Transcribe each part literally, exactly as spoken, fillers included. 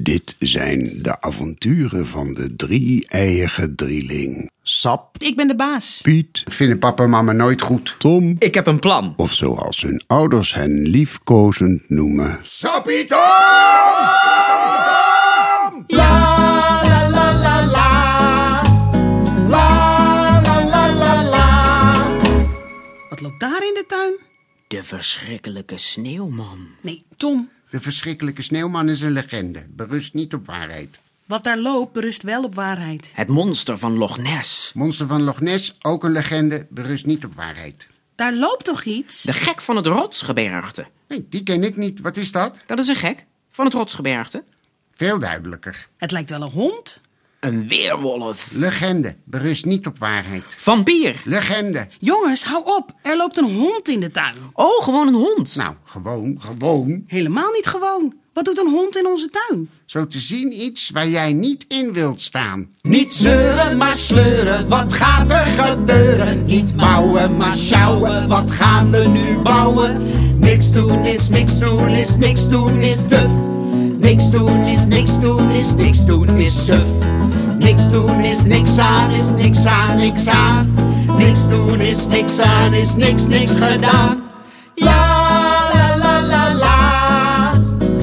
Dit zijn de avonturen van de drie-eiige drieling. Sap. Ik ben de baas. Piet. Vinden papa en mama nooit goed. Tom. Ik heb een plan. Of zoals hun ouders hen liefkozend noemen. Sappie Tom! La la la la la. La la la la la. Wat loopt daar in de tuin? De verschrikkelijke sneeuwman. Nee, Tom. De verschrikkelijke sneeuwman is een legende. Berust niet op waarheid. Wat daar loopt, berust wel op waarheid. Het monster van Loch Ness. Monster van Loch Ness, ook een legende. Berust niet op waarheid. Daar loopt toch iets? De gek van het rotsgebergte. Nee, die ken ik niet. Wat is dat? Dat is een gek van het rotsgebergte. Veel duidelijker. Het lijkt wel een hond. Een weerwolf. Legende. Berust niet op waarheid. Vampier. Legende. Jongens, hou op. Er loopt een hond in de tuin. Oh, gewoon een hond. Nou, gewoon, gewoon. Helemaal niet gewoon. Wat doet een hond in onze tuin? Zo te zien iets waar jij niet in wilt staan. Niet zeuren, maar sleuren, wat gaat er gebeuren? Niet mouwen, maar sjouwen, wat gaan we nu bouwen? Niks doen is niks doen is niks doen is duf. Niks doen is niks doen is niks doen is suf. Niks doen is niks aan is niks aan niks aan. Niks doen is niks aan is niks niks gedaan. La la la la la.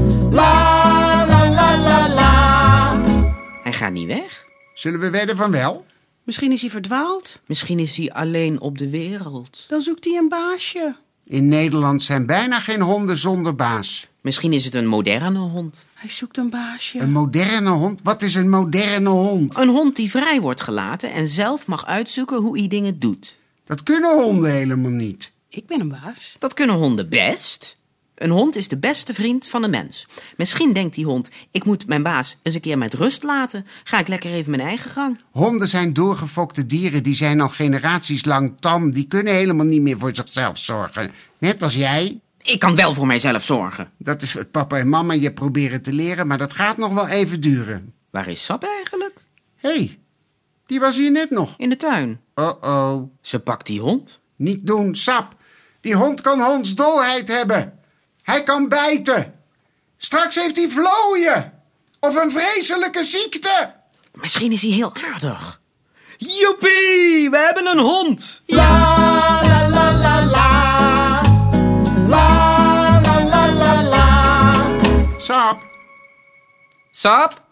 La la la la la. Hij gaat niet weg. Zullen we wedden van wel? Misschien is hij verdwaald. Misschien is hij alleen op de wereld. Dan zoekt hij een baasje. In Nederland zijn bijna geen honden zonder baas. Misschien is het een moderne hond. Hij zoekt een baasje. Een moderne hond? Wat is een moderne hond? Een hond die vrij wordt gelaten en zelf mag uitzoeken hoe hij dingen doet. Dat kunnen honden helemaal niet. Ik ben een baas. Dat kunnen honden best. Een hond is de beste vriend van een mens. Misschien denkt die hond, ik moet mijn baas eens een keer met rust laten. Ga ik lekker even mijn eigen gang. Honden zijn doorgefokte dieren, die zijn al generaties lang tam. Die kunnen helemaal niet meer voor zichzelf zorgen. Net als jij. Ik kan wel voor mijzelf zorgen. Dat is wat papa en mama je proberen te leren, maar dat gaat nog wel even duren. Waar is Sap eigenlijk? Hé, hey, die was hier net nog. In de tuin. Oh-oh. Ze pakt die hond. Niet doen, Sap. Die hond kan hondsdolheid hebben. Hij kan bijten. Straks heeft hij vlooien. Of een vreselijke ziekte. Misschien is hij heel aardig. Joepie, we hebben een hond. La la la la la. La la la la la. Sap, Sap?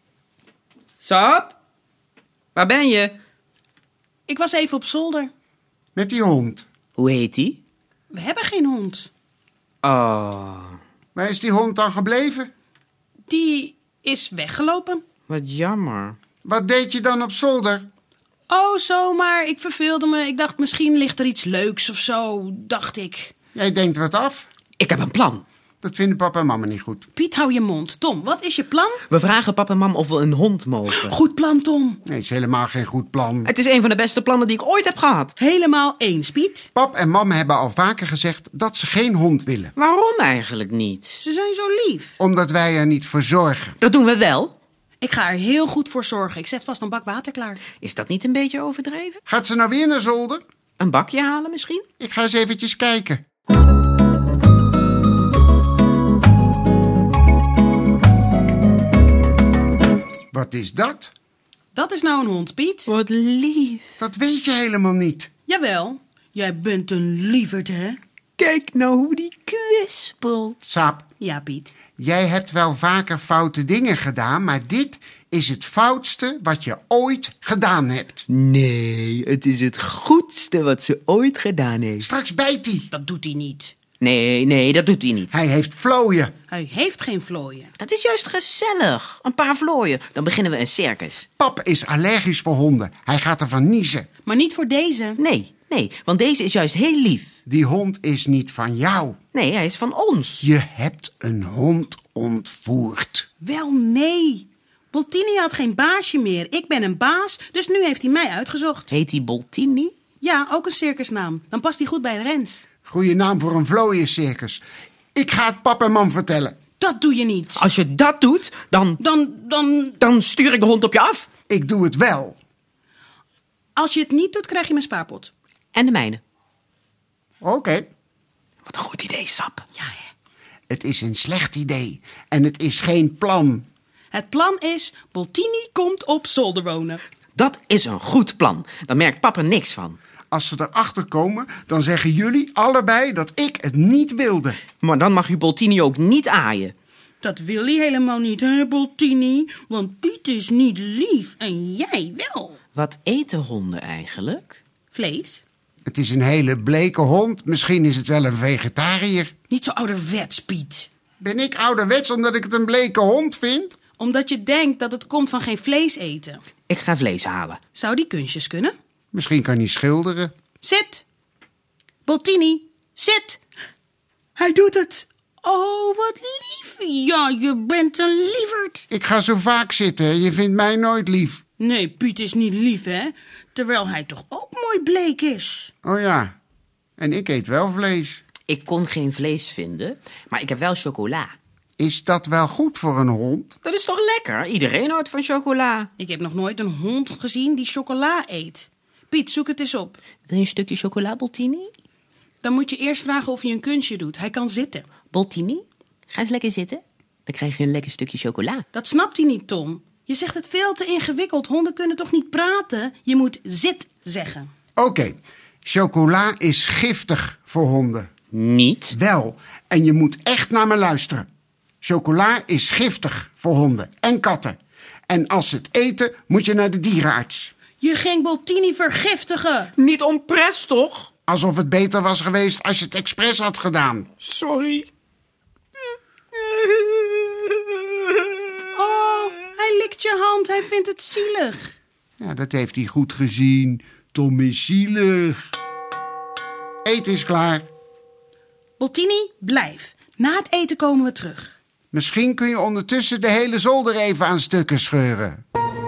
Sap? Waar ben je? Ik was even op zolder. met die hond. Hoe heet die? We hebben geen hond. Oh, Waar is die hond dan gebleven? Die is weggelopen. wat jammer. Wat deed je dan op zolder? Oh, zo, maar ik verveelde me. Ik dacht, misschien ligt er iets leuks of zo, dacht ik. Jij denkt wat af. Ik heb een plan. Dat vinden papa en mama niet goed. Piet, hou je mond. Tom, wat is je plan? We vragen papa en mam of we een hond mogen. Goed plan, Tom. Nee, is helemaal geen goed plan. Het is een van de beste plannen die ik ooit heb gehad. Helemaal eens, Piet. Pap en mam hebben al vaker gezegd dat ze geen hond willen. Waarom eigenlijk niet? Ze zijn zo lief. Omdat wij er niet voor zorgen. Dat doen we wel. Ik ga er heel goed voor zorgen. Ik zet vast een bak water klaar. Is dat niet een beetje overdreven? Gaat ze nou weer naar zolder? Een bakje halen misschien? Ik ga eens eventjes kijken. Wat is dat? Dat is nou een hond, Piet. Wat lief. Dat weet je helemaal niet. Jawel. Jij bent een lieverd, hè? Kijk nou hoe die kwispelt. Sap, Ja, Piet. jij hebt wel vaker foute dingen gedaan, maar dit is het foutste wat je ooit gedaan hebt. Nee, het is het goedste wat ze ooit gedaan heeft. Straks bijt hij. Dat doet hij niet. Nee, nee, dat doet hij niet. Hij heeft vlooien. Hij heeft geen vlooien. Dat is juist gezellig. Een paar vlooien. Dan beginnen we een circus. Pap is allergisch voor honden. Hij gaat ervan niezen. Maar niet voor deze. Nee, nee, want deze is juist heel lief. Die hond is niet van jou. Nee, hij is van ons. Je hebt een hond ontvoerd. Wel, nee. Boltini had geen baasje meer. Ik ben een baas, dus nu heeft hij mij uitgezocht. Heet hij Boltini? Ja, ook een circusnaam. Dan past hij goed bij de Rens. Goeie naam voor een vlooiencircus. Ik ga het pap en mam vertellen. Dat doe je niet. Als je dat doet, dan, Dan, dan... dan stuur ik de hond op je af. Ik doe het wel. Als je het niet doet, krijg je mijn spaarpot. En de mijne. Oké. Wat een goed idee, Sap. Ja, hè. Het is een slecht idee. En het is geen plan. Het plan is, Bottini komt op zolder wonen. Dat is een goed plan. Daar merkt papa niks van. Als ze erachter komen, dan zeggen jullie allebei dat ik het niet wilde. Maar dan mag u Bottini ook niet aaien. Dat wil hij helemaal niet, hè, Bottini? Want Piet is niet lief en jij wel. Wat eten honden eigenlijk? Vlees? Het is een hele bleke hond. Misschien is het wel een vegetariër. Niet zo ouderwets, Piet. Ben ik ouderwets omdat ik het een bleke hond vind? Omdat je denkt dat het komt van geen vlees eten. Ik ga vlees halen. Zou die kunstjes kunnen? Misschien kan hij schilderen. Zit! Bottini, zit! Hij doet het! Oh, wat lief! Ja, je bent een lieverd! Ik ga zo vaak zitten. Je vindt mij nooit lief. Nee, Piet is niet lief, hè? Terwijl hij toch ook mooi bleek is. Oh ja. En ik eet wel vlees. Ik kon geen vlees vinden, maar ik heb wel chocola. Is dat wel goed voor een hond? Dat is toch lekker? Iedereen houdt van chocola. Ik heb nog nooit een hond gezien die chocola eet. Piet, zoek het eens op. Wil je een stukje chocola, Bottini? Dan moet je eerst vragen of hij een kunstje doet. Hij kan zitten. Bottini, ga eens lekker zitten. Dan krijg je een lekker stukje chocola. Dat snapt hij niet, Tom. Je zegt het veel te ingewikkeld. Honden kunnen toch niet praten? Je moet zit zeggen. Oké. Okay. Chocola is giftig voor honden. Niet? Wel. En je moet echt naar me luisteren. Chocola is giftig voor honden en katten. En als ze het eten, moet je naar de dierenarts. Je ging Bottini vergiftigen. Niet onpres, toch? Alsof het beter was geweest als je het expres had gedaan. Sorry. Oh, hij likt je hand. Hij vindt het zielig. Ja, dat heeft hij goed gezien. Tom is zielig. Eten is klaar. Bottini, blijf. Na het eten komen we terug. Misschien kun je ondertussen de hele zolder even aan stukken scheuren.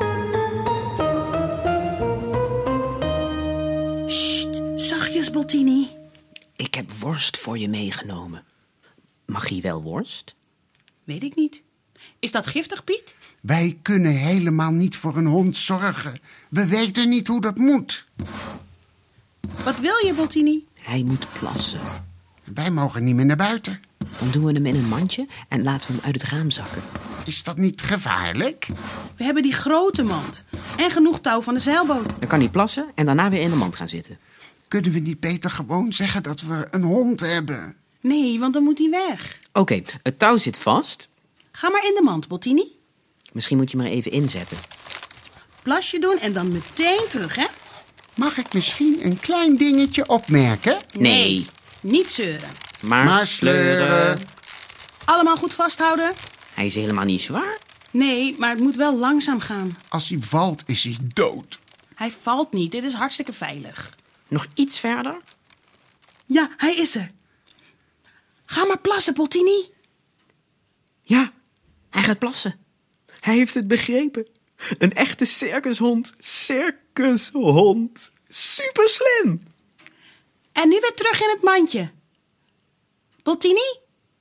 Sst, zachtjes, Bottini. Ik heb worst voor je meegenomen. Mag hij wel worst? Weet ik niet. Is dat giftig, Piet? Wij kunnen helemaal niet voor een hond zorgen. We weten niet hoe dat moet. Wat wil je, Bottini? Hij moet plassen. Wij mogen niet meer naar buiten. Dan doen we hem in een mandje en laten we hem uit het raam zakken. Is dat niet gevaarlijk? We hebben die grote mand. En genoeg touw van de zeilboot. Dan kan hij plassen en daarna weer in de mand gaan zitten. Kunnen we niet beter gewoon zeggen dat we een hond hebben? Nee, want dan moet hij weg. Oké, okay, het touw zit vast. Ga maar in de mand, Bottini. Misschien moet je maar even inzetten. Plasje doen en dan meteen terug, hè? Mag ik misschien een klein dingetje opmerken? Nee. Niet zeuren. Maar, Maar sleuren. Allemaal goed vasthouden? Hij is helemaal niet zwaar. Nee, maar het moet wel langzaam gaan. Als hij valt, is hij dood. Hij valt niet. Dit is hartstikke veilig. Nog iets verder? Ja, hij is er. Ga maar plassen, Bottini. Ja, hij gaat plassen. Hij heeft het begrepen. Een echte circushond. Circushond. Super slim. En nu weer terug in het mandje. Bottini?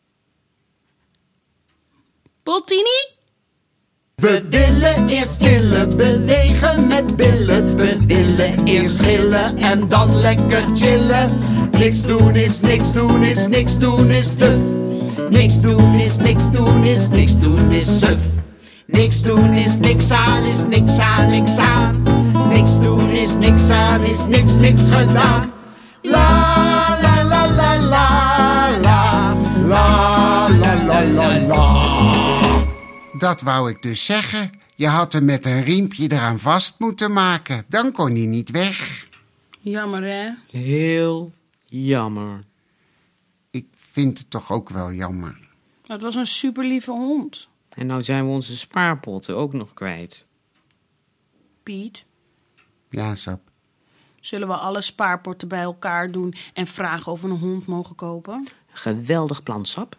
Bottini? We willen eerst killen, bewegen met billen. We willen eerst gillen en dan lekker chillen. Niks doen is niks doen is niks doen is duf. Niks doen is niks doen is niks doen is suf. Niks doen is niks aan is niks aan niks aan. Niks doen is niks aan is niks niks gedaan. La la la la la la la la la la la. Dat wou ik dus zeggen. Je had hem met een riempje eraan vast moeten maken. Dan kon hij niet weg. Jammer, hè? Heel jammer. Ik vind het toch ook wel jammer. Het was een superlieve hond. En nou zijn we onze spaarpotten ook nog kwijt. Piet, Ja, Sap. zullen we alle spaarpotten bij elkaar doen en vragen of we een hond mogen kopen? Geweldig plan, Sap.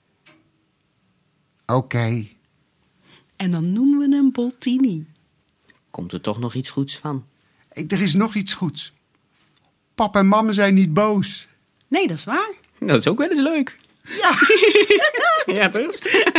Oké. Okay. En dan noemen we hem Bottini. Komt er toch nog iets goeds van? Er is nog iets goeds. Pap en mama zijn niet boos. Nee, dat is waar. Dat is ook wel eens leuk. Ja. Ja, toch?